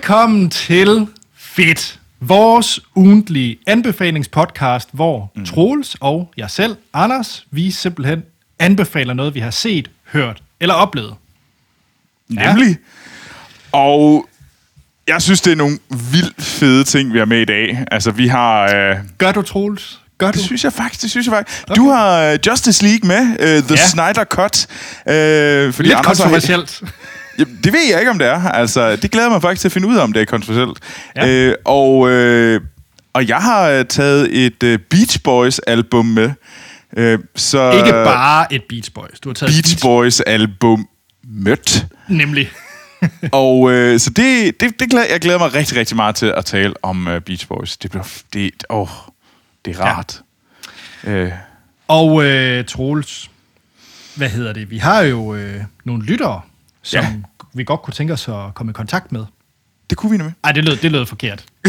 Velkommen til Fedt, vores ugentlige anbefalingspodcast, hvor Troels og jeg selv, Anders, vi simpelthen anbefaler noget, vi har set, hørt eller oplevet. Nemlig. Ja. Og jeg synes, det er nogle vildt fede ting, vi har med i dag. Altså, vi har... Gør du, Troels? Gør du? Det synes jeg faktisk. Okay. Du har Justice League med, The Snyder Cut. Fordi lidt kontroversielt. Jamen, det ved jeg ikke, om det er. Altså, det glæder mig faktisk til at finde ud af, om det er kontroversielt. Ja. Og jeg har taget et Beach Boys album med. Så ikke bare et Beach Boys. Du har taget Beach Boys album mødt. Nemlig. Og så jeg glæder mig rigtig, rigtig meget til at tale om Beach Boys. Det er rart. Ja. Og Troels, hvad hedder det? Vi har jo nogle lyttere, som vi godt kunne tænke os at komme i kontakt med. Det kunne vi nemlig. Ej, det lød forkert. Det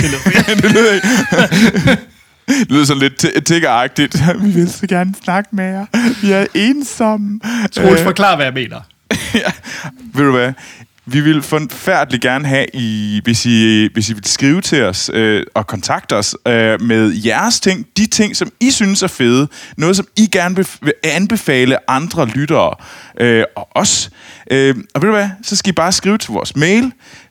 lyder sådan lidt tiggeragtigt. Vi vil så gerne snakke med jer. Vi er ensomme. Troels, forklar, hvad jeg mener. Ja. Ved du hvad? Vi vil forfærdeligt gerne have, hvis I vil skrive til os og kontakte os med jeres ting, de ting, som I synes er fede, noget, som I gerne vil anbefale andre lyttere og os. Og ved du hvad? Så skal I bare skrive til vores mail,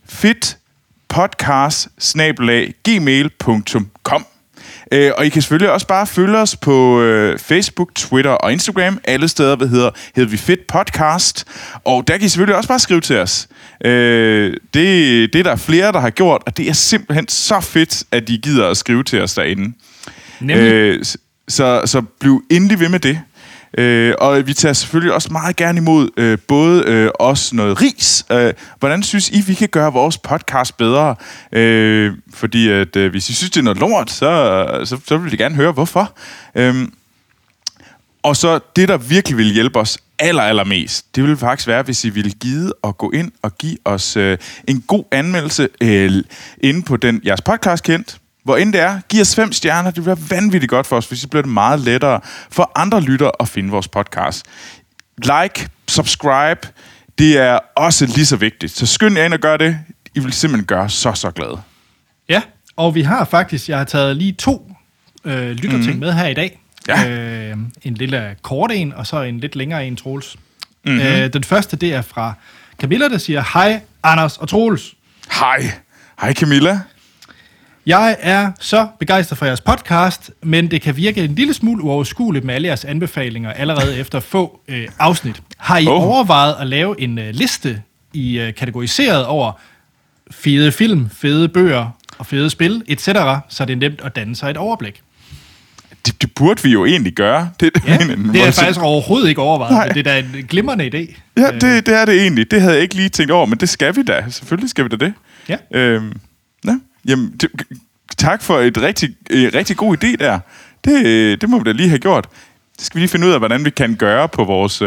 fedtpodcast@gmail.com. Og I kan selvfølgelig også bare følge os på Facebook, Twitter og Instagram. Alle steder hedder vi Fedt Podcast. Og der kan I selvfølgelig også bare skrive til os. Det er der flere, der har gjort, og det er simpelthen så fedt, at I gider at skrive til os derinde. Så bliv endelig ved med det. Og vi tager selvfølgelig også meget gerne imod både os noget ris. Hvordan synes I, vi kan gøre vores podcast bedre? Fordi at, hvis I synes, det er noget lort, så vil vi gerne høre, hvorfor. Og så det, der virkelig vil hjælpe os allermest, det ville faktisk være, hvis I ville gide at gå ind og give os en god anmeldelse inde på jeres podcast kendt. Hvor end det er, giv os 5 stjerner. Det vil være vanvittigt godt for os, hvis det bliver det meget lettere for andre lyttere at finde vores podcast. Like, subscribe, det er også lige så vigtigt. Så skynd jer ind og gør det. I vil simpelthen gøre så glade. Ja, og vi har faktisk, jeg har taget lige 2 lytterting med her i dag. Ja. En lille kort en, og så en lidt længere en, Troels. Den første, det er fra Camilla, der siger, hej Anders og Troels. Hej Camilla. Jeg er så begejstret for jeres podcast, men det kan virke en lille smule uoverskueligt med alle jeres anbefalinger allerede efter få afsnit. Har I overvejet at lave en liste, I kategoriseret over fede film, fede bøger og fede spil, etc., så det er nemt at danne sig et overblik? Det burde vi jo egentlig gøre. Det er faktisk overhovedet ikke overvejet. Nej. Det er da en glimrende idé. Ja, det er det egentlig. Det havde jeg ikke lige tænkt over, men det skal vi da. Selvfølgelig skal vi da det. Ja. Jamen, tak for et rigtig god idé der. Det må vi da lige have gjort. Det skal vi lige finde ud af, hvordan vi kan gøre på vores,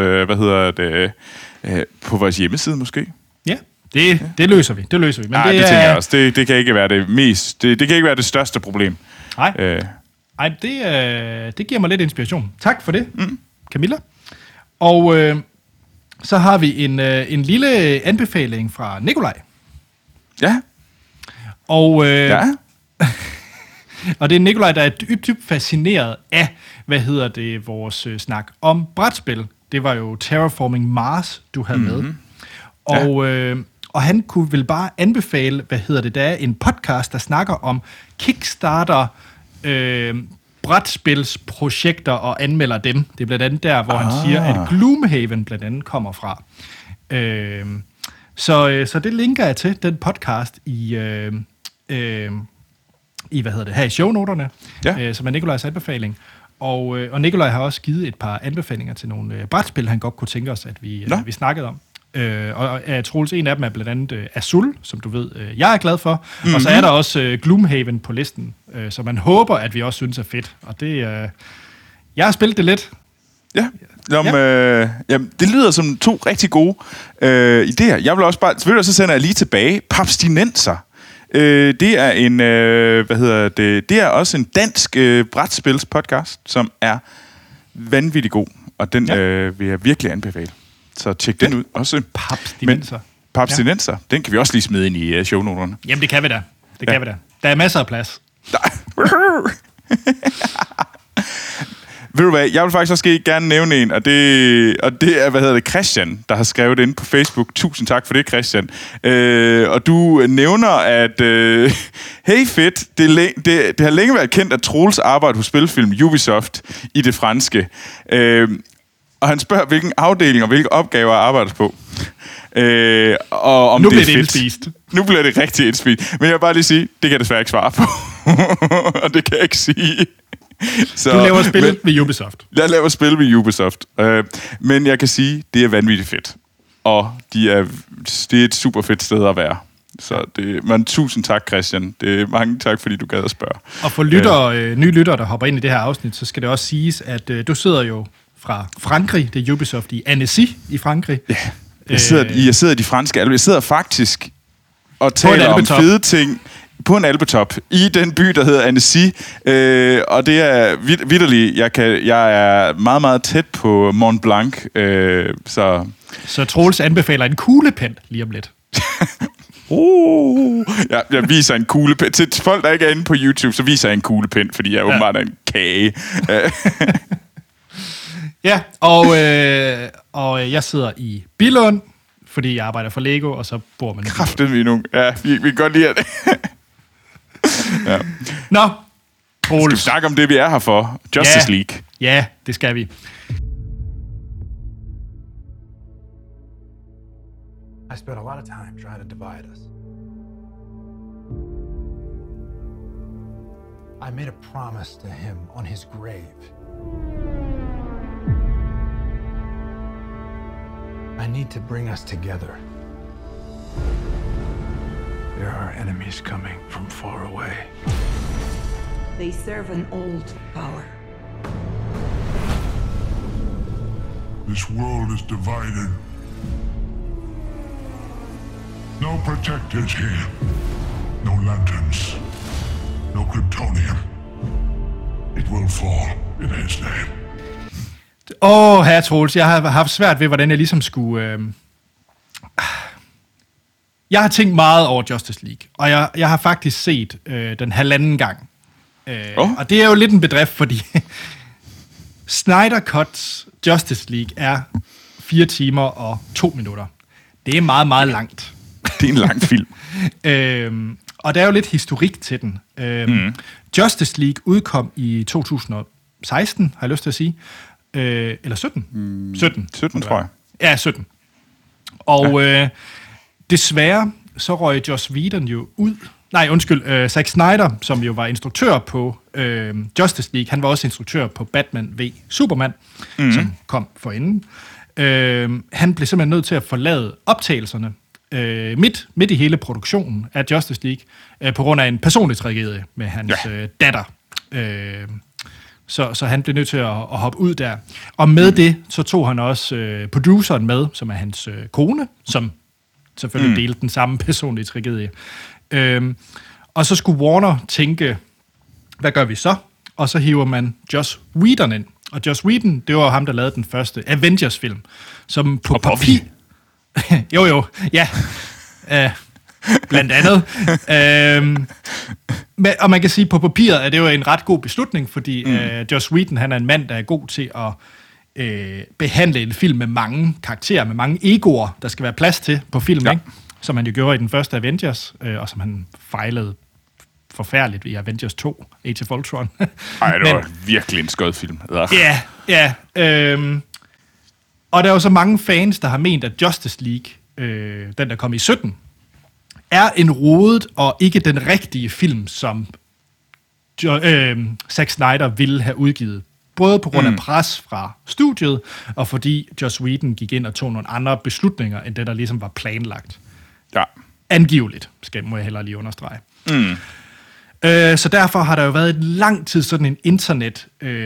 på vores hjemmeside måske. Ja, det løser vi. Men nej, det tænker jeg også. Det kan ikke være det mest. Det kan ikke være det største problem. Nej. Ej, det giver mig lidt inspiration. Tak for det, Camilla. Og så har vi en lille anbefaling fra Nikolaj. Ja. Og, og det er Nikolaj, der er dybt fascineret af, vores snak om brætspil. Det var jo Terraforming Mars, du havde med. Og han kunne vel bare anbefale, der er en podcast, der snakker om Kickstarter, brætspilsprojekter og anmelder dem. Det er blandt andet der, hvor han siger, at Gloomhaven blandt andet kommer fra. Så det linker jeg til, den podcast her i shownoterne, som er Nikolajs anbefaling. Og Nikolaj har også givet et par anbefalinger til nogle brætspil, han godt kunne tænke os, at vi snakkede om. Og Troels, en af dem er blandt andet Azul, som du ved, jeg er glad for. Mm-hmm. Og så er der også Gloomhaven på listen, som man håber, at vi også synes er fedt. Og det, jeg har spillet det lidt. Ja. Det lyder som 2 rigtig gode idéer. Jeg vil også bare, selvfølgelig så sender jeg lige tilbage, Papstinenser. Det er en, det er også en dansk brætspilspodcast, som er vanvittig god, og den vil jeg virkelig anbefale. Så tjek den ud også. Papstinenser. par abstinenser. Den kan vi også lige smide ind i shownoterne. Jamen, det kan vi da. Kan vi da. Der er masser af plads. Ved du hvad, jeg vil faktisk også gerne nævne en, og det er, Christian, der har skrevet det inde på Facebook. Tusind tak for det, Christian. Og du nævner, at hey fedt, det har længe været kendt, at Troels arbejder hos spilfilm Ubisoft i det franske. Og han spørger, hvilken afdeling og hvilke opgaver arbejder på. Og om nu det bliver det indspist. Nu bliver det rigtig indspist. Men jeg vil bare lige sige, det kan jeg desværre ikke svare på. Og det kan jeg ikke sige. Så, du laver spil ved Ubisoft. Jeg laver spil ved Ubisoft. Men jeg kan sige, det er vanvittigt fedt. Og det er et super fedt sted at være. Så men tusind tak, Christian. Mange tak, fordi du gad at spørge. Og for nye lyttere, der hopper ind i det her afsnit, så skal det også siges, at du sidder jo fra Frankrig. Det er Ubisoft i Annecy i Frankrig. Ja. Jeg sidder i de franske alper. Jeg sidder faktisk og taler om fede ting på en alpetop i den by, der hedder Annecy. Og det er vitterligt. Jeg er meget, meget tæt på Mont Blanc. Så Troels anbefaler en kuglepen lige om lidt. Jeg viser en kuglepen. Til folk, der ikke er inde på YouTube, så viser jeg en kuglepen, fordi jeg åbenbart er en kage. Ja, og jeg sidder i Billund, fordi jeg arbejder for Lego, og så bor man i Kraften vi nu. Ja, vi kan godt lide det. Ja. Nå, Troels. Skal vi snakke om det, vi er her for? Justice League. Ja, det skal vi. I spent a lot of time trying to divide us. I made a promise to him on his grave. I need to bring us together. There are enemies coming from far away. They serve an old power. This world is divided. No protectors here. No lanterns. No Kryptonium. It will fall in his name. Herre Troels, jeg har haft svært ved, hvordan jeg ligesom skulle... Jeg har tænkt meget over Justice League, og jeg har faktisk set den 1,5 gang. Og det er jo lidt en bedrift, fordi Snyder Cuts Justice League er 4 timer og 2 minutter. Det er meget, meget langt. Det er en lang film. Og der er jo lidt historik til den. Justice League udkom i 2016, har jeg lyst til at sige. Eller 17? 17, tror jeg. Ja, 17. Og desværre, så røg Joss Whedon jo ud. Zack Snyder, som jo var instruktør på Justice League, han var også instruktør på Batman v Superman, som kom forinden. Han blev simpelthen nødt til at forlade optagelserne midt i hele produktionen af Justice League, på grund af en personlig tragedie med hans datter. Så han blev nødt til at hoppe ud der. Og med det, så tog han også produceren med, som er hans kone, som selvfølgelig delte den samme personlige tragedie. Og så skulle Warner tænke, hvad gør vi så? Og så hiver man Joss Whedon ind. Og Joss Whedon, det var ham, der lavede den første Avengers-film. Som på papir... ja. Blandt andet. Og man kan sige, på papiret er det jo en ret god beslutning, fordi Joss Whedon, han er en mand, der er god til at behandle en film med mange karakterer, med mange egoer, der skal være plads til på film, ikke? Som han jo gjorde i den første Avengers, og som han fejlede forfærdeligt i Avengers 2, Age of Ultron. Ej, det var virkelig en skød film. Ja. Og der er jo så mange fans, der har ment, at Justice League, den der kom i 17, er en rodet og ikke den rigtige film, som Zack Snyder ville have udgivet. Både på grund af pres fra studiet, og fordi Joss Whedon gik ind og tog nogle andre beslutninger, end det, der ligesom var planlagt. Ja. Angiveligt, må jeg hellere lige understrege. Så derfor har der jo været et lang tid sådan en internet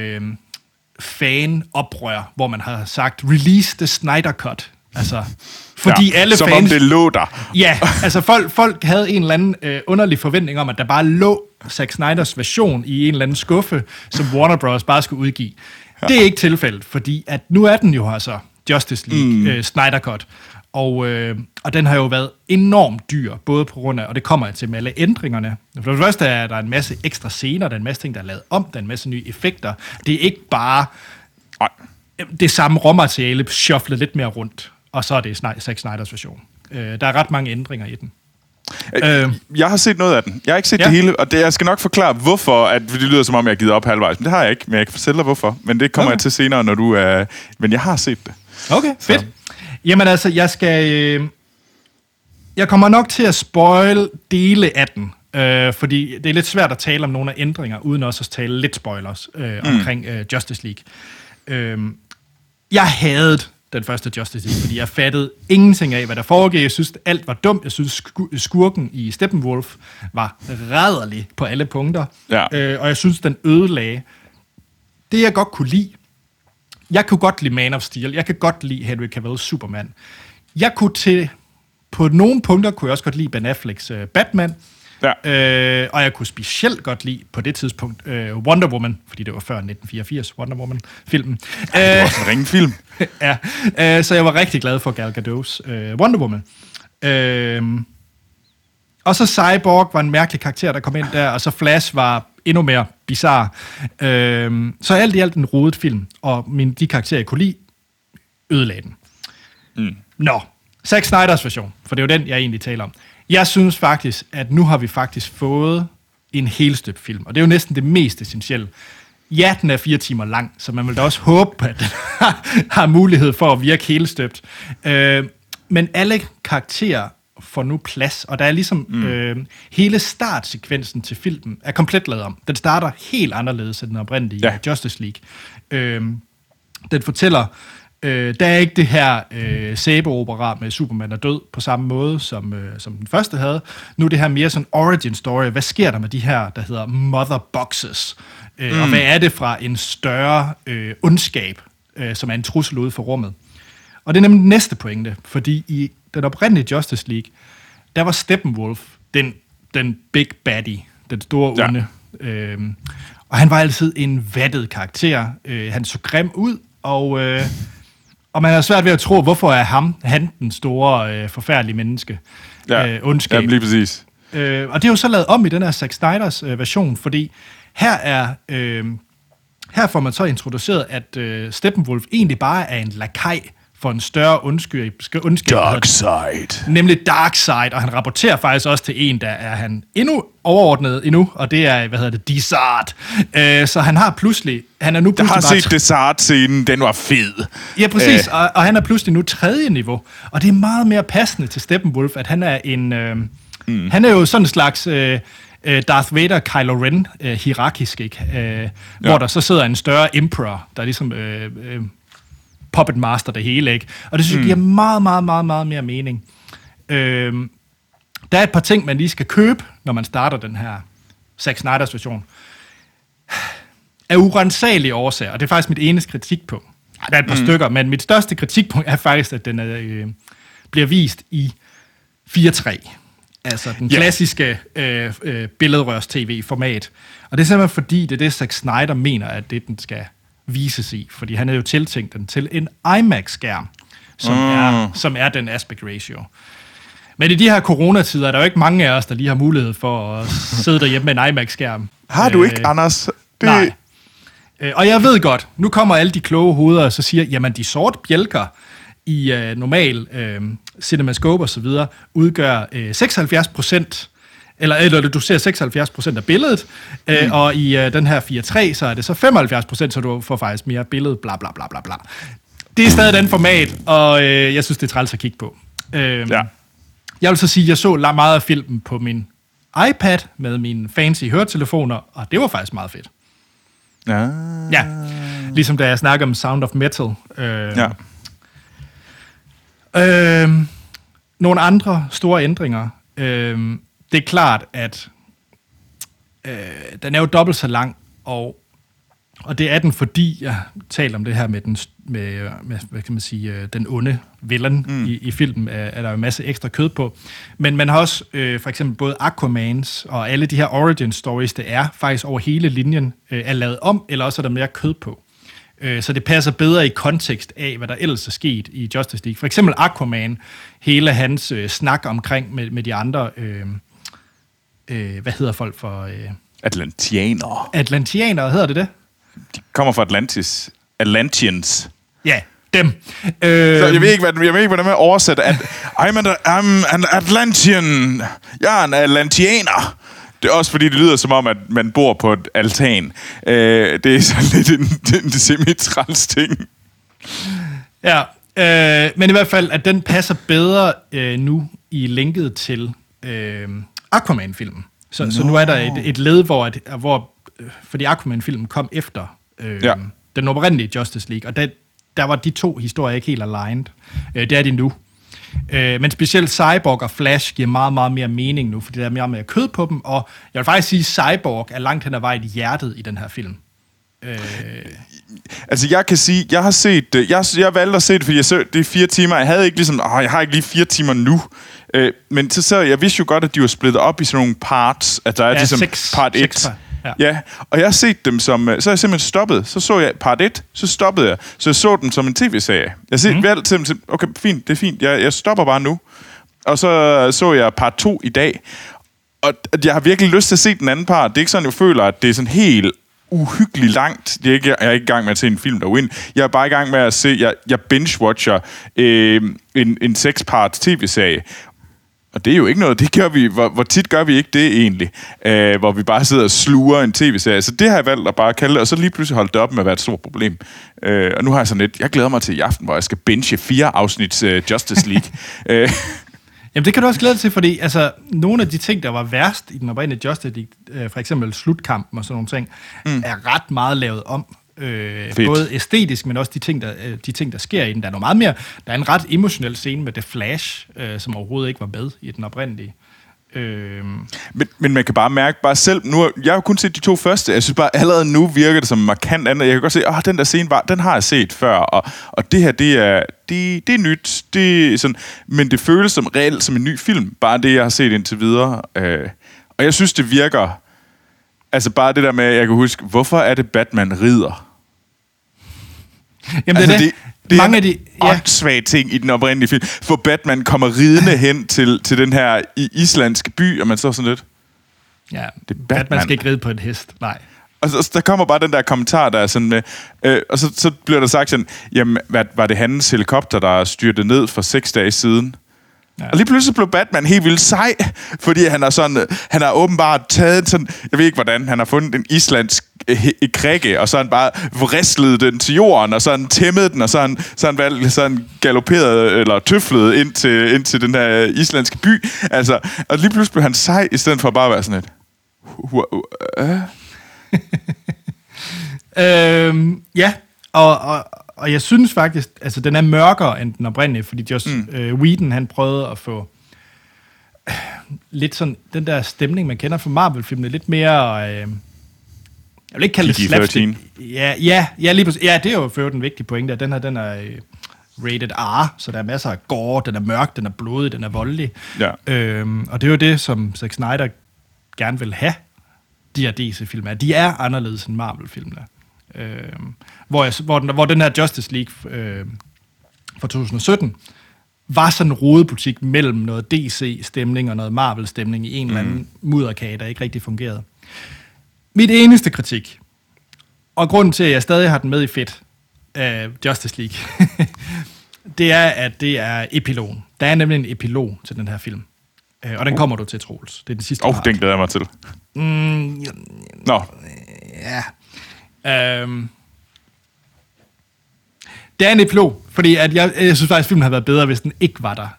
fan-oprør, hvor man har sagt, release the Snyder Cut. Altså, fordi alle som fans... om det lå der. Ja, altså folk havde en eller anden underlig forventning om, at der bare lå Zack Snyders version i en eller anden skuffe, som Warner Bros. Bare skulle udgive. Ja. Det er ikke tilfældet, fordi at nu er den jo altså Justice League Snyder Cut. Og den har jo været enormt dyr, både på grund af, og det kommer jeg til med alle ændringerne. For det første er der en masse ekstra scener, der er en masse ting, der er lavet om, der er en masse nye effekter. Det er ikke bare det samme råmateriale shufflet lidt mere rundt, og så er det Zack Snyders version. Der er ret mange ændringer i den. Jeg har set noget af den. Jeg har ikke set det hele, og jeg skal nok forklare, hvorfor, at det lyder som om, jeg har givet op halvvejs. Men det har jeg ikke, men jeg kan fortælle dig, hvorfor. Men det kommer jeg til senere, når du er... Men jeg har set det. Okay, fedt. Så. Jamen altså, jeg kommer nok til at spoil dele af den, fordi det er lidt svært at tale om nogle af ændringer, uden også at tale lidt spoilers omkring Justice League. Jeg hadede den første Justice League, fordi jeg fattede ingenting af, hvad der foregik. Jeg synes, alt var dumt. Jeg synes, skurken i Steppenwolf var rædderlig på alle punkter. Ja. Og jeg synes, den ødelagde det, jeg godt kunne lide. Jeg kunne godt lide Man of Steel. Jeg kan godt lide Henry Cavill's Superman. På nogle punkter kunne jeg også godt lide Ben Afflecks Batman. Ja. Og jeg kunne specielt godt lide på det tidspunkt Wonder Woman, fordi det var før 1984 Wonder Woman-filmen. Det var også en ringfilm. Ja, så jeg var rigtig glad for Gal Gadot's Wonder Woman. Og så Cyborg var en mærkelig karakter, der kom ind der, og så Flash var endnu mere bizarre. Så alt i alt en rodet film, og de karakterer, jeg kunne lide, ødelagde den. Nå, Zack Snyders version, for det er jo den, jeg egentlig taler om. Jeg synes faktisk, at nu har vi faktisk fået en helstøbt film, og det er jo næsten det mest essentielle. Ja, den er 4 timer lang, så man vil da også håbe, at den har mulighed for at virke helstøbt. Men alle karakterer får nu plads, og der er ligesom hele startsekvensen til filmen er komplet lavet om. Den starter helt anderledes end den oprindelige Justice League. Den fortæller... der er ikke det her sæbeopera med Superman er død på samme måde, som den første havde. Nu er det her mere sådan origin story. Hvad sker der med de her, der hedder mother boxes? Og hvad er det fra en større ondskab, som er en trussel ude for rummet? Og det er nemlig den næste pointe, fordi i den oprindelige Justice League, der var Steppenwolf den big baddie, den store onde. Og han var altid en vattet karakter. Han så grim ud, og man har svært ved at tro, hvorfor er han den store, forfærdelige menneske. Ondskab. Ja, lige præcis. Og det er jo så lavet om i den her Zack Snyders version, fordi her får man så introduceret, at Steppenwolf egentlig bare er en lakaj for en større ondskab. Darkseid. Nemlig Darkseid, og han rapporterer faktisk også til en, der er han endnu overordnet endnu, og det er, Desart. Så han er nu pludselig... Jeg har set Desart-scenen, den var fed. Ja, præcis, og han er pludselig nu 3. niveau, og det er meget mere passende til Steppenwolf, at han er en... Han er jo sådan en slags... Darth Vader, Kylo Ren, hierarkisk, ikke? Hvor der så sidder en større emperor, der er ligesom puppet master det hele, ikke? Og det synes jeg giver meget, meget, meget, meget mere mening. Der er et par ting, man lige skal købe, når man starter den her Zack Snyders version. Af urensagelige årsager, og det er faktisk mit eneste kritikpunkt. Der er et par stykker, men mit største kritikpunkt er faktisk, at den bliver vist i 4:3. Altså den klassiske billedrørs-tv-format. Og det er simpelthen fordi, det er det, Zack Snyder mener, at det den skal vises i. Fordi han er jo tiltænkt den til en IMAX-skærm, som er den aspect ratio. Men i de her coronatider er der jo ikke mange af os, der lige har mulighed for at sidde derhjemme med en IMAX-skærm. Har du ikke, Anders? Nej. Og jeg ved godt, nu kommer alle de kloge hoveder og så siger, jamen de sorte bjælker i normal CinemaScope og så videre, udgør 76%, eller du ser 76% af billedet, og i den her 4:3, så er det så 75%, så du får faktisk mere billede, bla bla bla bla bla. Det er stadig den format, og jeg synes, det er træls at kigge på. Jeg vil så sige, at jeg så meget af filmen på min iPad med mine fancy høretelefoner, og det var faktisk meget fedt. Ja, ligesom da jeg snakker om Sound of Metal. Nogle andre store ændringer. Det er klart, at den er jo dobbelt så lang, og det er den, fordi jeg taler om det her med hvad kan man sige, den onde villain i filmen, er der jo en masse ekstra kød på. Men man har også for eksempel både Aquamans og alle de her origin stories, det er faktisk over hele linjen, er lavet om, eller også er der mere kød på. Så det passer bedre i kontekst af, hvad der ellers er sket i Justice League. For eksempel Aquaman, hele hans snak omkring med de andre... hvad hedder folk for... Atlantianere, hedder det? De kommer fra Atlantis. Atlanteans. Ja, dem. Så jeg ved ikke, hvordan man oversætter. I'm an Atlantean. Jeg er en Atlantianer. Det er også fordi, det lyder som om, at man bor på et altan. Det er sådan lidt en semi-træls ting. Ja, men i hvert fald, at den passer bedre nu i linket til Aquaman-filmen. Så nu er der et led, hvor fordi Aquaman-filmen kom efter den oprindelige Justice League, og der var de to historier ikke helt aligned. Det er de nu. Men specielt Cyborg og Flash giver meget, meget mere mening nu, fordi der er mere og mere kød på dem, og jeg vil faktisk sige, at Cyborg er langt hen ad vejen i hjertet i den her film. Altså, jeg kan sige, jeg har set det. Jeg valgte at se det, fordi jeg så det i 4 timer. Jeg havde ikke ligesom, jeg har ikke lige 4 timer nu. Men så jeg vidste jo godt, at de var splittet op i sådan nogle parts, at der er ligesom part 1. Ja, og jeg har set dem som... Så har jeg simpelthen stoppet. Så så jeg part 1, så stoppede jeg. Så jeg så dem som en tv-serie. Jeg valgte simpelthen, okay, fint, det er fint. Jeg stopper bare nu. Og så jeg part 2 i dag. Og jeg har virkelig lyst til at se den anden part. Det er ikke sådan, jeg føler, at det er sådan helt uhyggeligt langt. Jeg er ikke i gang med at se en film, der win. Jeg er bare i gang med at se... Jeg binge-watcher en 6-part tv-serie. Og det er jo ikke noget, det gør vi, hvor tit gør vi ikke det egentlig, hvor vi bare sidder og sluger en tv-serie. Så det har jeg valgt at bare kalde det, og så lige pludselig holde det op med at være et stort problem. Og nu har jeg sådan lidt, jeg glæder mig til i aften, hvor jeg skal binge 4 afsnits Justice League. Jamen det kan du også glæde dig til, fordi altså, nogle af de ting, der var værst i den oprindelige Justice League, for eksempel slutkampen og sådan nogle ting, er ret meget lavet om. Både æstetisk, men også de ting, der sker i den. Der er noget meget mere. Der er en ret emotionel scene med The Flash, som overhovedet ikke var med i den oprindelige. Men man kan bare mærke, bare selv nu, jeg har jo kun set de 2 første, jeg synes bare allerede nu virker det som markant andet. Jeg kan godt se, den der scene den har jeg set før, og det her, det er nyt, det er sådan, men det føles som reelt som en ny film, bare det, jeg har set indtil videre. Og jeg synes, det virker, altså bare det der med, jeg kan huske, hvorfor er det Batman rider? Jamen altså, det mange af de åndssvage ting i den oprindelige film. For Batman kommer ridende hen til den her islandske by, og man så sådan lidt... Ja, Batman skal ikke ride på en hest, nej. Og så der kommer bare den der kommentar, der er sådan med... og så bliver der sagt sådan, jamen, var det hans helikopter, der styrte ned for 6 dage siden? Ja. Og lige pludselig blev Batman helt vildt sej, fordi han har åbenbart taget sådan, jeg ved ikke hvordan, han har fundet en islandsk krikke, og så han bare vristlet den til jorden, og så han tæmmet den, og så han galopperede, eller tøflede ind til den her islandske by. Altså, og lige pludselig blev han sej, i stedet for bare at være sådan et... Ja, og jeg synes faktisk, altså den er mørkere end den oprindelige, fordi Joss Whedon, han prøvede at få lidt sådan, den der stemning, man kender fra Marvel-filmene, lidt mere, jeg vil ikke kalde det slapstick. Ja, lige præcis. Ja, det er jo for den vigtige pointe, at den er rated R, så der er masser af gore, den er mørk, den er blodig, den er voldelig. Ja. Og det er jo det, som Zack Snyder gerne vil have, de her DC-film er. De er anderledes end Marvel-filmene. Hvor den her Justice League fra 2017 var sådan en rodebutik mellem noget DC-stemning og noget Marvel-stemning i en eller anden mudderkage, der ikke rigtig fungerede. Mit eneste kritik, og grunden til, at jeg stadig har den med i fedt af Justice League, det er, at det er epilogen. Der er nemlig en epilog til den her film. Og den kommer du til, Troels. Det er den sidste den glæder jeg mig til. Ja. Det er en epilog, fordi at jeg synes faktisk, at filmen havde været bedre, hvis den ikke var der.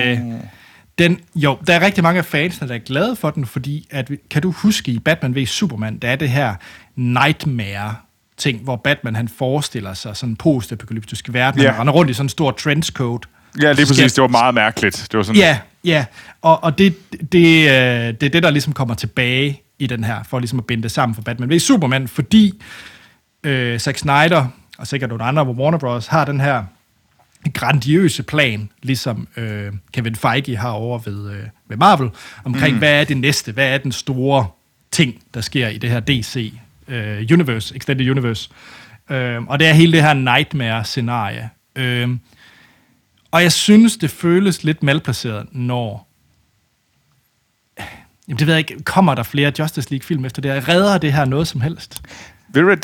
Der er rigtig mange af fansene, der er glade for den, fordi at, kan du huske i Batman v Superman, der er det her nightmare-ting, hvor Batman han forestiller sig sådan en post-apokalyptisk verden, han render rundt i sådan en stor trenchcoat. Ja, det er præcis. Det var meget mærkeligt. Det var sådan... Ja. Og det er det, der ligesom kommer tilbage i den her, for ligesom at binde det sammen for Batman v Superman, fordi Zack Snyder, og sikkert nogle andre, hvor Warner Bros. Har den her grandiøse plan, ligesom Kevin Feige har over ved Marvel, omkring hvad er det næste, hvad er den store ting, der sker i det her DC Universe, Extended Universe. Og det er hele det her nightmare-scenarie. Og jeg synes, det føles lidt malplaceret, når... Jamen, det ved jeg ikke. Kommer der flere Justice League-film efter det? Redder det her noget som helst? Ved du hvad,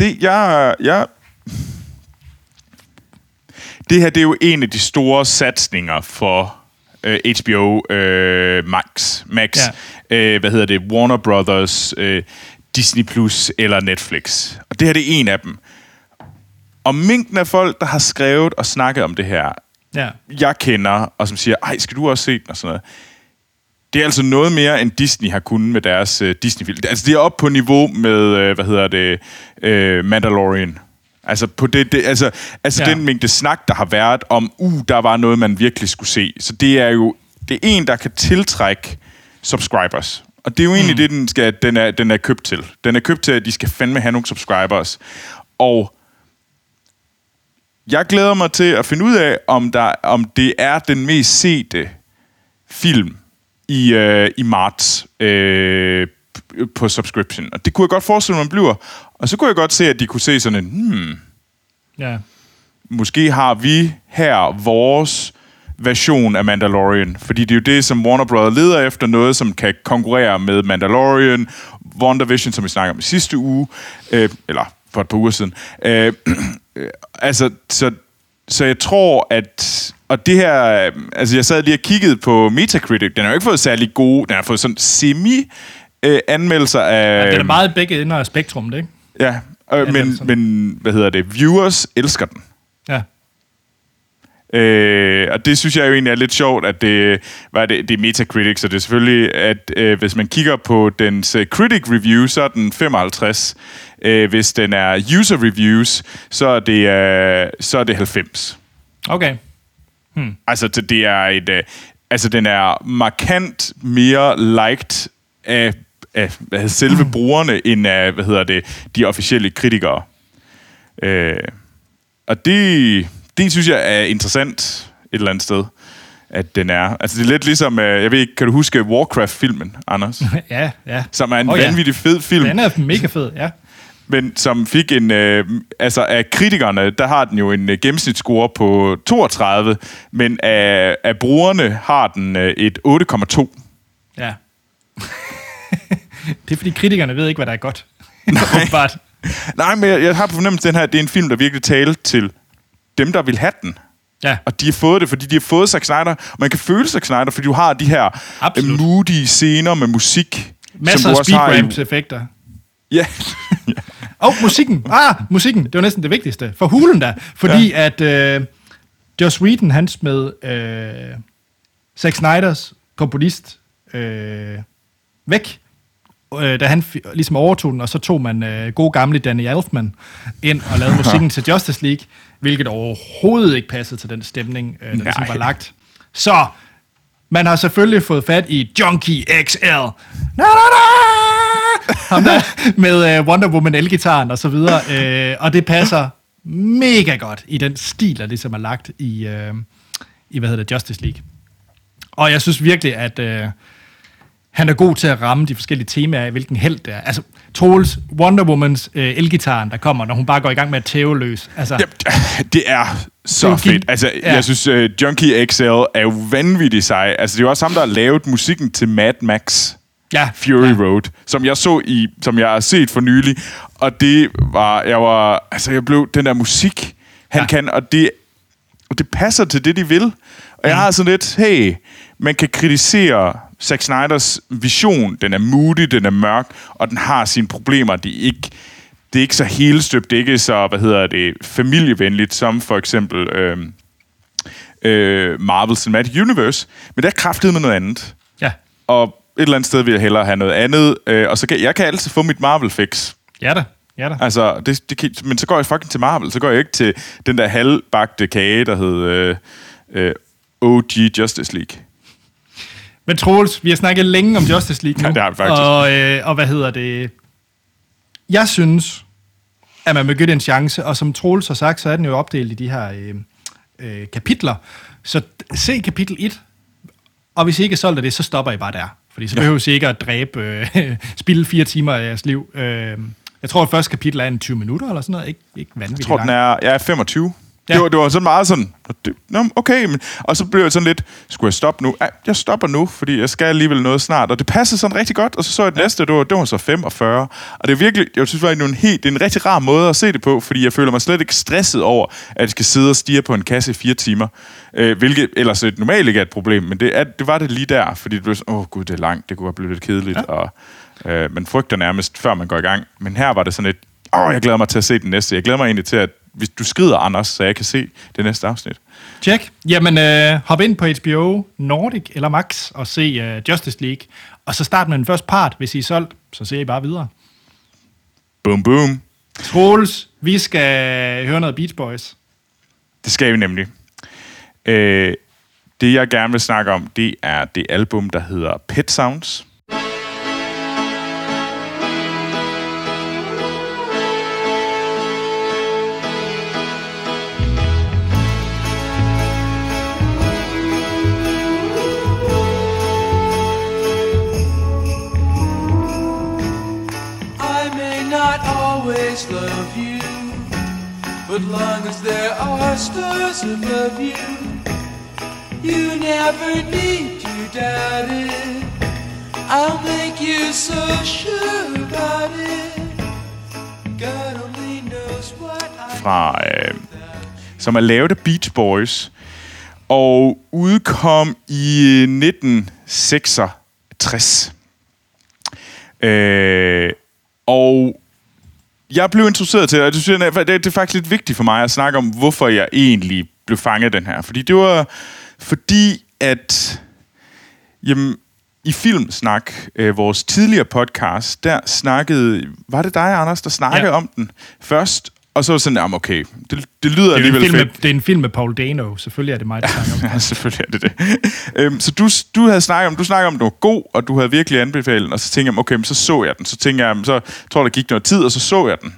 det her, det er jo en af de store satsninger for HBO Max. Ja. Warner Brothers, Disney Plus eller Netflix. Og det her, det er en af dem. Og mængden af folk, der har skrevet og snakket om det her, jeg kender, og som siger, ej, skal du også se den og sådan noget. Det er altså noget mere, end Disney har kunnet med deres Disney-film. Altså, det er oppe på niveau med, Mandalorian. Altså, på den mængde snak, der har været om, der var noget, man virkelig skulle se. Så det er en, der kan tiltrække subscribers. Og det er jo egentlig det, den er købt til. Den er købt til, at de skal fandme have nogle subscribers. Og jeg glæder mig til at finde ud af, om det er den mest sete film i marts på subscription. Og det kunne jeg godt forestille mig, man bliver. Og så kunne jeg godt se, at de kunne se sådan en, måske har vi her vores version af Mandalorian. Fordi det er jo det, som Warner Brothers leder efter, noget, som kan konkurrere med Mandalorian, WandaVision, som vi snakker om i sidste uge, eller for et par uger siden. Så jeg tror, at... Og det her... Altså, jeg sad lige og kiggede på Metacritic. Den har jo ikke fået særlig gode... Den har fået sådan semi-anmeldelser af... Ja, den er meget begge ender af spektrum, det ikke? Ja, men viewers elsker den. Ja. Og det synes jeg jo egentlig er lidt sjovt, at det er Metacritic, så det er selvfølgelig, at hvis man kigger på dens critic review, så er den 55. Hvis den er user reviews, så er det 90. Okay. Altså, det er den er markant mere liked af selve brugerne, end af, de officielle kritikere. Og det synes jeg er interessant et eller andet sted, at den er. Altså, det er lidt ligesom, jeg ved ikke, kan du huske Warcraft-filmen, Anders? Ja. Som er en vanvittig fed film. Den er mega fed, ja. Men som fik en... af kritikerne, der har den jo en gennemsnitsscore på 32, men af brugerne har den et 8,2. Ja. Det er fordi kritikerne ved ikke, hvad der er godt. Nej, men jeg har på fornemmelse, at den her, det er en film, der virkelig taler til dem, der vil have den. Ja. Og de har fået det, fordi de har fået Zack Snyder. Man kan føle Zack Snyder, fordi du har de her moody scener med musik. Masser af speedramps-effekter. Ja. Musikken. Det var næsten det vigtigste. For hulen da. Fordi at Joss Whedon, han smed Zack Snyders komponist væk, da han ligesom overtog den, og så tog man gode gamle Danny Elfman ind og lavede musikken til Justice League, hvilket overhovedet ikke passede til den stemning, der ligesom var lagt. Så man har selvfølgelig fået fat i Junkie XL. Ham der med Wonder Woman elgitaren og så videre. Og det passer mega godt i den stil, der ligesom er lagt i Justice League. Og jeg synes virkelig, at han er god til at ramme de forskellige temaer, hvilken held det er. Altså, Troels, Wonder Womans elgitaren, der kommer, når hun bare går i gang med at tæve løs. Altså, det er så fedt. Altså, jeg synes, Junkie XL er jo vanvittigt sej. Altså, det er jo også ham, der har lavet musikken til Mad Max. Ja. Fury Road, som jeg har set for nylig. Og det var, jeg blev den der musik, han kan, og det passer til det, de vil. Og jeg har sådan lidt, hey, man kan kritisere Zack Snyders vision. Den er moody, den er mørk, og den har sine problemer. Det er ikke så helstøbt, det er ikke så, familievenligt, som for eksempel Marvel Cinematic Universe. Men der er kraftigt med noget andet. Ja. Og et eller andet sted vil jeg hellere have noget andet. Og så jeg kan altid få mit Marvel-fix. Ja da. Altså, men så går jeg fucking til Marvel. Så går jeg ikke til den der halvbagte kage, der hed OG Justice League. Men Troels, vi har snakket længe om Justice League nu. Ja, det har vi faktisk. Og hvad hedder det? Jeg synes, at man vil give det en chance, og som Troels har sagt, så er den jo opdelt i de her kapitler. Så se kapitel 1, og hvis I ikke er solgt af det, så stopper I bare der. Fordi så behøver I ikke at dræbe, spilde 4 timer af jeres liv Jeg tror, at første kapitel er en 20 minutter eller sådan noget. Ikke vanvittigt lang. Jeg tror, den er 25. Ja. Det var sådan meget sådan, okay, men, og så blev jeg sådan lidt, skulle jeg stoppe nu? Ja, jeg stopper nu, fordi jeg skal alligevel noget snart, og det passede sådan rigtig godt, og så jeg det næste, det var så 45, og det er virkelig, jeg synes faktisk, det er en rigtig rar måde at se det på, fordi jeg føler mig slet ikke stresset over, at jeg skal sidde og stirre på en kasse i 4 timer, hvilket ellers normalt ikke er et problem, men det var det lige der, fordi det blev sådan, gud, det er langt, det kunne have blevet lidt kedeligt, og man frygter nærmest, før man går i gang, men her var det sådan lidt, jeg glæder mig til at se den næste, jeg glæder mig egentlig til at hvis du skrider, Anders, så jeg kan se det næste afsnit. Check. Jamen, hop ind på HBO Nordic eller Max og se Justice League. Og så start med den første part. Hvis I er solgt, så ser I bare videre. Boom, boom. Troels, vi skal høre noget Beach Boys. Det skal vi nemlig. Det, jeg gerne vil snakke om, det er det album, der hedder Pet Sounds. Love you, but long as there are stars above you, you never need to doubt it. I'll make you so sure about it. God only knows what I fra som er lavet af Beach Boys og udkom i 1966. Og jeg blev introduceret til, og det er faktisk lidt vigtigt for mig at snakke om, hvorfor jeg egentlig blev fanget den her. Fordi det var fordi, at i Filmsnak, vores tidligere podcast, der snakkede... Var det dig, Anders, der snakkede om den først? Og så var sådan, okay, det lyder alligevel fedt. Det er en film med Paul Dano. Selvfølgelig er det mig, der snakker om det. Ja, selvfølgelig er det det. Så du havde snakket om, den var god, og du havde virkelig anbefalet den, og så tænkte jeg, okay, men så jeg den. Så tænkte jeg, så tror der gik noget tid, og så jeg den.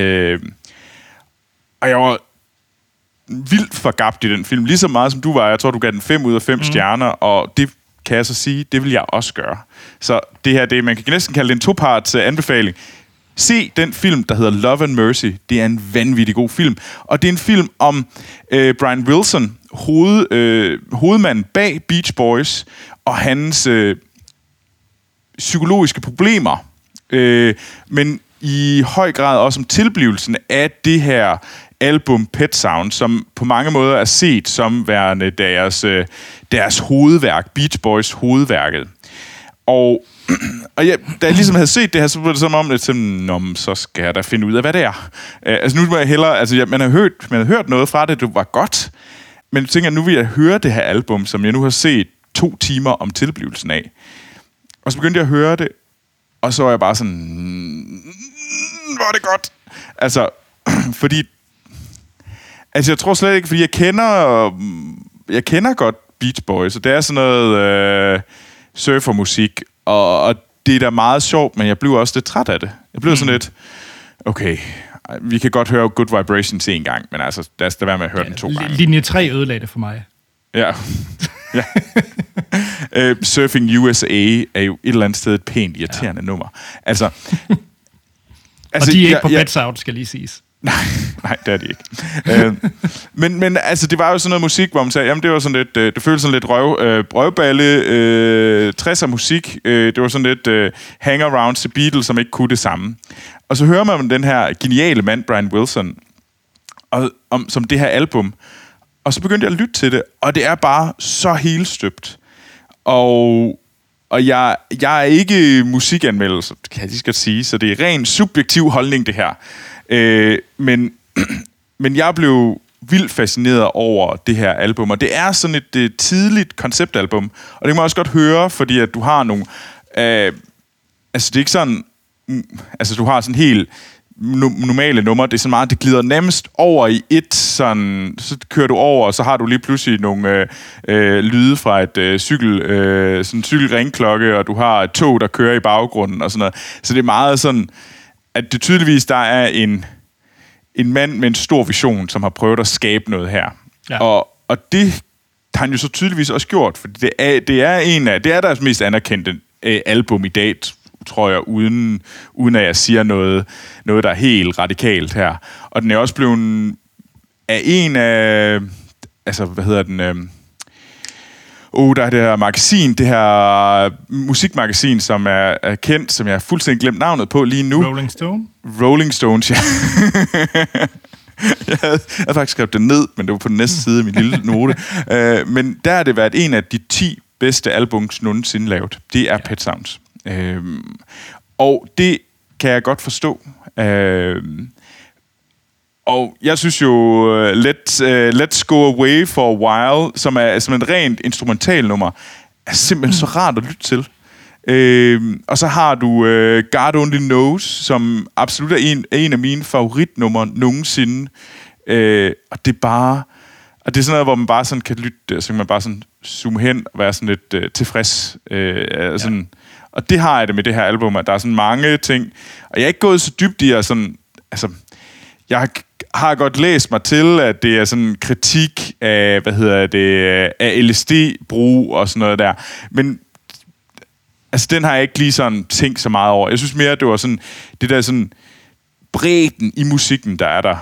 Og jeg var vildt forgabt i den film, lige så meget som du var. Jeg tror, du gav den 5 ud af 5 stjerner, og det kan jeg så sige, det vil jeg også gøre. Så det her, man kan næsten kalde det en toparts anbefaling. Se den film, der hedder Love and Mercy. Det er en vanvittig god film. Og det er en film om Brian Wilson, hovedmanden bag Beach Boys, og hans psykologiske problemer. Men i høj grad også om tilblivelsen af det her album Pet Sounds, som på mange måder er set som værende deres hovedværk, Beach Boys hovedværket. Og da jeg ligesom havde set det her, så var det som om, så skal jeg da finde ud af, hvad det er. Nu må jeg hellere... man har hørt noget fra det, det var godt, men jeg tænker, nu vil jeg høre det her album, som jeg nu har set 2 timer om tilblivelsen af. Og så begyndte jeg at høre det, og så var jeg bare sådan... Hvor er det godt! Fordi... jeg tror slet ikke, fordi jeg kender godt Beach Boys, og det er sådan noget surfermusik, og det er da meget sjovt, men jeg blev også lidt træt af det. Jeg blev sådan lidt, okay, vi kan godt høre Good Vibrations en gang, men lad os da være med at høre den 2 gange. Linje 3 ødelagde det for mig. Ja. Surfing USA er jo et eller andet sted et pænt irriterende nummer. Og de er ikke på Pet Sounds, skal lige siges. Nej, det er de ikke. Men det var jo sådan noget musik, hvor man sagde, jamen det var sådan lidt, det føltes sådan lidt røvballe, 60'er musik. Det var sådan lidt hang-around til Beatles, som ikke kunne det samme. Og så hører man den her geniale mand, Brian Wilson, som det her album. Og så begyndte jeg at lytte til det, og det er bare så helstøbt. Og jeg er ikke musikanmelder, kan jeg lige skal sige, så det er ren subjektiv holdning, det her. Men jeg blev vildt fascineret over det her album, og det er sådan et tidligt konceptalbum, og det kan man også godt høre, fordi at du har nogle... det er ikke sådan... du har sådan helt normale numre, det er sådan meget, det glider nemmest over i et sådan... Så kører du over, og så har du lige pludselig nogle lyde fra et sådan en cykelringklokke, og du har et tog, der kører i baggrunden, og sådan noget. Så det er meget sådan... at det tydeligvis, der er en mand med en stor vision, som har prøvet at skabe noget her. Ja. Og det har han jo så tydeligvis også gjort, for det er deres mest anerkendte album i dag, tror jeg, uden at jeg siger noget, der er helt radikalt her. Og den er også blevet af en af... Altså, hvad hedder den... der er det her magasin, det her musikmagasin, som er kendt, som jeg har fuldstændig glemt navnet på lige nu. Rolling Stone? Rolling Stones, ja. Jeg havde faktisk skrevet det ned, men det var på den næste side af min lille note. Men der har det været en af de 10 bedste albums nogensinde lavet. Det er Pet Sounds. Og det kan jeg godt forstå. Og jeg synes jo, Let's Go Away for a While, som er et rent instrumentalnummer, er simpelthen så rart at lytte til. Og så har du God Only Knows, som absolut er en af mine favoritnumre nogensinde. Og det er bare... Og det er sådan noget, hvor man bare sådan kan lytte, så kan man bare sådan zoome hen og være sådan lidt tilfreds. Sådan. Og det har jeg det med det her album, at der er sådan mange ting. Og jeg er ikke gået så dybt i at sådan... Altså, jeg har godt læst mig til, at det er sådan en kritik af, af LSD-brug og sådan noget der. Men altså, den har jeg ikke lige sådan tænkt så meget over. Jeg synes mere, at det var sådan, det der sådan bredden i musikken, der er der.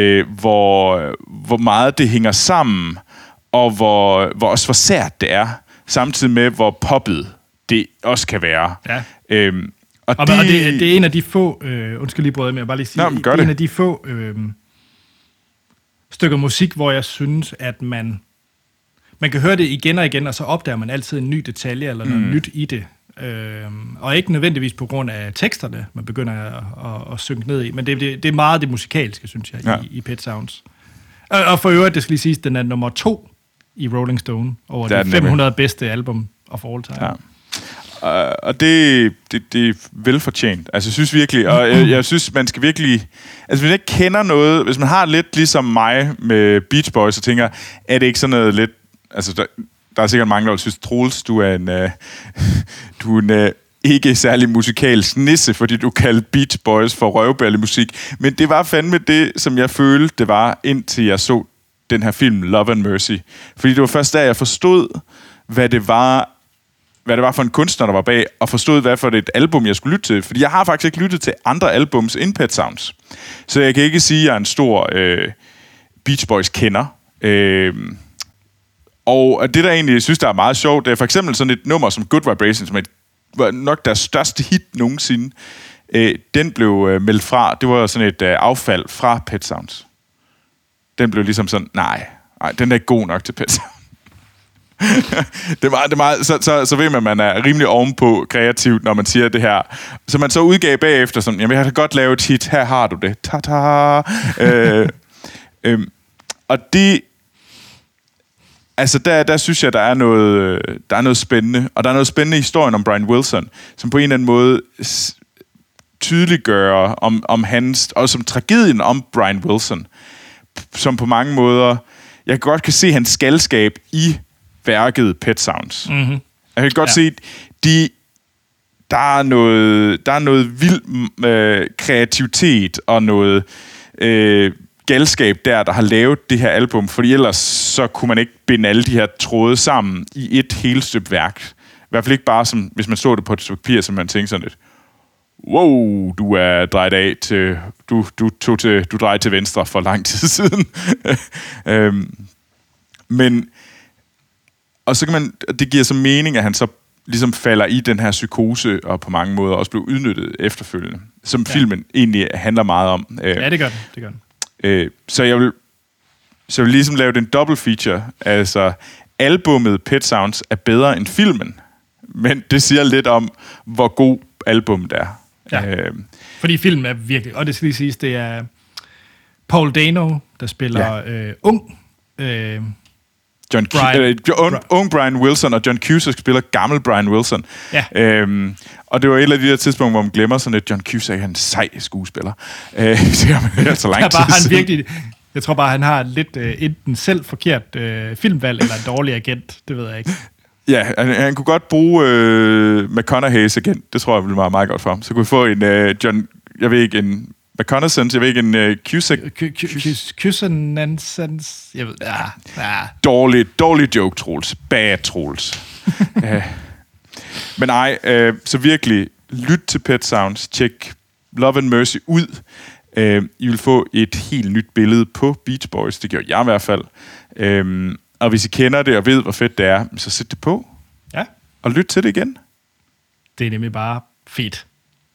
Hvor meget det hænger sammen, og hvor også hvor sært det er, samtidig med, hvor poppet det også kan være. Ja. Og det er en af de få... undskyld lige, brød, men jeg bare lige sige... det er en af de få stykker musik, hvor jeg synes, at man kan høre det igen og igen, og så opdager man altid en ny detalje eller noget nyt i det. Og ikke nødvendigvis på grund af teksterne, man begynder at synke ned i, men det er meget det musikalske, synes jeg, i Pet Sounds. Og for øvrigt, det skal lige siges, den er nummer 2 i Rolling Stone over de 500 bedste album of all time. Ja. Og det er velfortjent. Altså, jeg synes virkelig, og jeg synes, man skal virkelig... Altså, hvis man ikke kender noget... Hvis man har lidt ligesom mig med Beach Boys, så tænker, er det ikke sådan noget lidt... Altså, der er sikkert mange, der synes, Troels, du er en ikke særlig musikalsk nisse, fordi du kaldte Beach Boys for røvballemusik. Men det var fandme det, som jeg følte, det var, indtil jeg så den her film, Love and Mercy. Fordi det var først der, jeg forstod, hvad det var for en kunstner, der var bag, og forstod, hvad for et album, jeg skulle lytte til. Fordi jeg har faktisk ikke lyttet til andre albums end Pet Sounds. Så jeg kan ikke sige, at jeg er en stor Beach Boys-kender. Og det, der egentlig synes, der er meget sjovt, det er for eksempel sådan et nummer som Good Vibrations, som var nok deres største hit nogensinde. Den blev meldt fra. Det var sådan et affald fra Pet Sounds. Den blev ligesom sådan, nej, den er ikke god nok til Pet Sounds. det er meget, så ved man, at man er rimelig ovenpå kreativt, når man siger det her. Så man så udgav bagefter, sådan, jamen, jeg har godt lavet et hit, her har du det. Ta-ta! Og det... Altså, der synes jeg, der er noget spændende. Og der er noget spændende i historien om Brian Wilson, som på en eller anden måde tydeliggør om hans... Og som tragedien om Brian Wilson, som på mange måder... Jeg godt kan se hans galskab i værket Pet Sounds. Mm-hmm. Jeg kan godt se, der er noget vild kreativitet og noget galskab der har lavet det her album, fordi ellers så kunne man ikke binde alle de her tråde sammen i et helt stykke værk. I hvert fald ikke bare som, hvis man så det på et stykke papir, som man tænkte sådan lidt, wow, du er drejet af til, du drejede til venstre for lang tid siden. Men og så kan man, det giver så mening, at han så ligesom falder i den her psykose, og på mange måder også bliver udnyttet efterfølgende, som filmen egentlig handler meget om. Ja, det gør den. Så jeg vil ligesom lave en double feature. Altså, albummet Pet Sounds er bedre end filmen, men det siger lidt om, hvor god albummet er. Ja. Fordi filmen er virkelig, og det skal lige siges, det er Paul Dano, der spiller ung ung Brian Wilson, og John Cusack spiller gammel Brian Wilson. Ja. Og det var et af de der tidspunkter, hvor man glemmer sådan, at John Cusack er en sej skuespiller. Det er så lang tid siden. Jeg tror bare, han har lidt enten selv forkert filmvalg, eller en dårlig agent. Det ved jeg ikke. Ja, han kunne godt bruge McConaughey's agent. Det tror jeg ville være meget godt for ham. Så kunne vi få en John... Jeg ved ikke, en... McConaughey, jeg ved ikke, en Cusack... Cusack-nansens... Jeg ved... Dårlig joke, Troels. Bad Troels. Men nej, så virkelig lyt til Pet Sounds, tjek Love and Mercy ud. I vil få et helt nyt billede på Beach Boys, det gjorde jeg i hvert fald. Og hvis I kender det og ved, hvor fedt det er, så sæt det på. Ja. Og lyt til det igen. Det er nemlig bare fedt.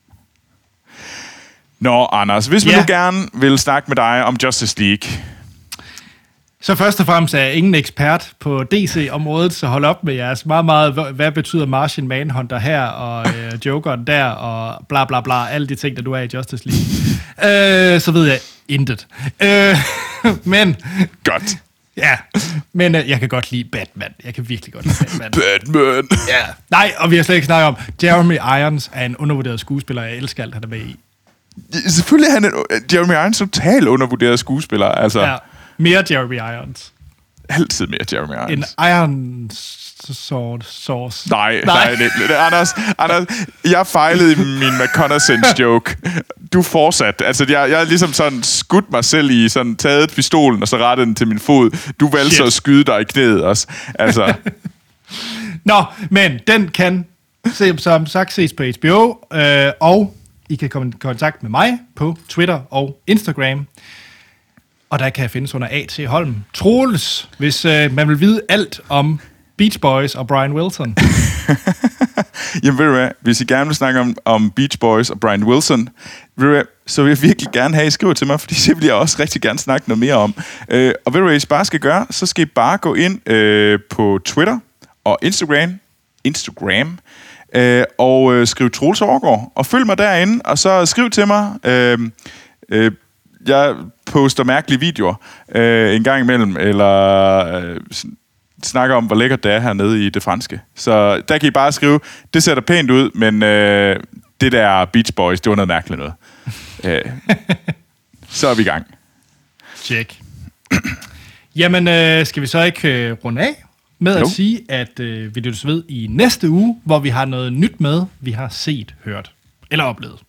Nå, Anders, hvis man nu gerne vil snakke med dig om Justice League. Så først og fremmest er jeg ingen ekspert på DC-området, så hold op med jeres meget, hvad betyder Martian Manhunter her, og Jokeren der, og bla bla bla, alle de ting, der du er i Justice League. Så ved jeg intet. Men... Godt. Ja, men jeg kan godt lide Batman. Jeg kan virkelig godt lide Batman. Batman! Ja. Nej, og vi har slet ikke snakket om, Jeremy Irons er en undervurderet skuespiller, jeg elsker alt, han er med i. Selvfølgelig er han Jeremy Irons totalt undervurderet skuespiller, altså. Ja, mere Jeremy Irons. Altid mere Jeremy Irons. En Iron Source. Nej, Anders, jeg fejlede i min reconnaissance joke. Du fortsat. Altså, jeg har ligesom sådan skudt mig selv i, sådan taget pistolen, og så rettet den til min fod. Du valgte så at skyde dig i knæet også. Altså. Nå, men den kan, som sagt, ses på HBO, og I kan komme i kontakt med mig på Twitter og Instagram. Og der kan jeg findes under A.T. Holm. Troels, hvis man vil vide alt om Beach Boys og Brian Wilson. Jamen ved du hvad, hvis I gerne vil snakke om Beach Boys og Brian Wilson, ved du hvad, så vil jeg virkelig gerne have, at I skriver til mig, fordi det vil jeg også rigtig gerne snakke noget mere om. Og ved du hvad I bare skal gøre, så skal I bare gå ind på Twitter og Instagram og skriv Troels Overgaard, og følg mig derinde, og så skriv til mig. Jeg poster mærkelige videoer en gang imellem, eller snakker om, hvor lækkert det er hernede i det franske. Så der kan I bare skrive, det ser da pænt ud, men det der Beach Boys, det var noget mærkeligt noget. Så er vi i gang. Check. Jamen, skal vi så ikke runde af med at sige, at vi lyttes ved i næste uge, hvor vi har noget nyt med, vi har set, hørt eller oplevet.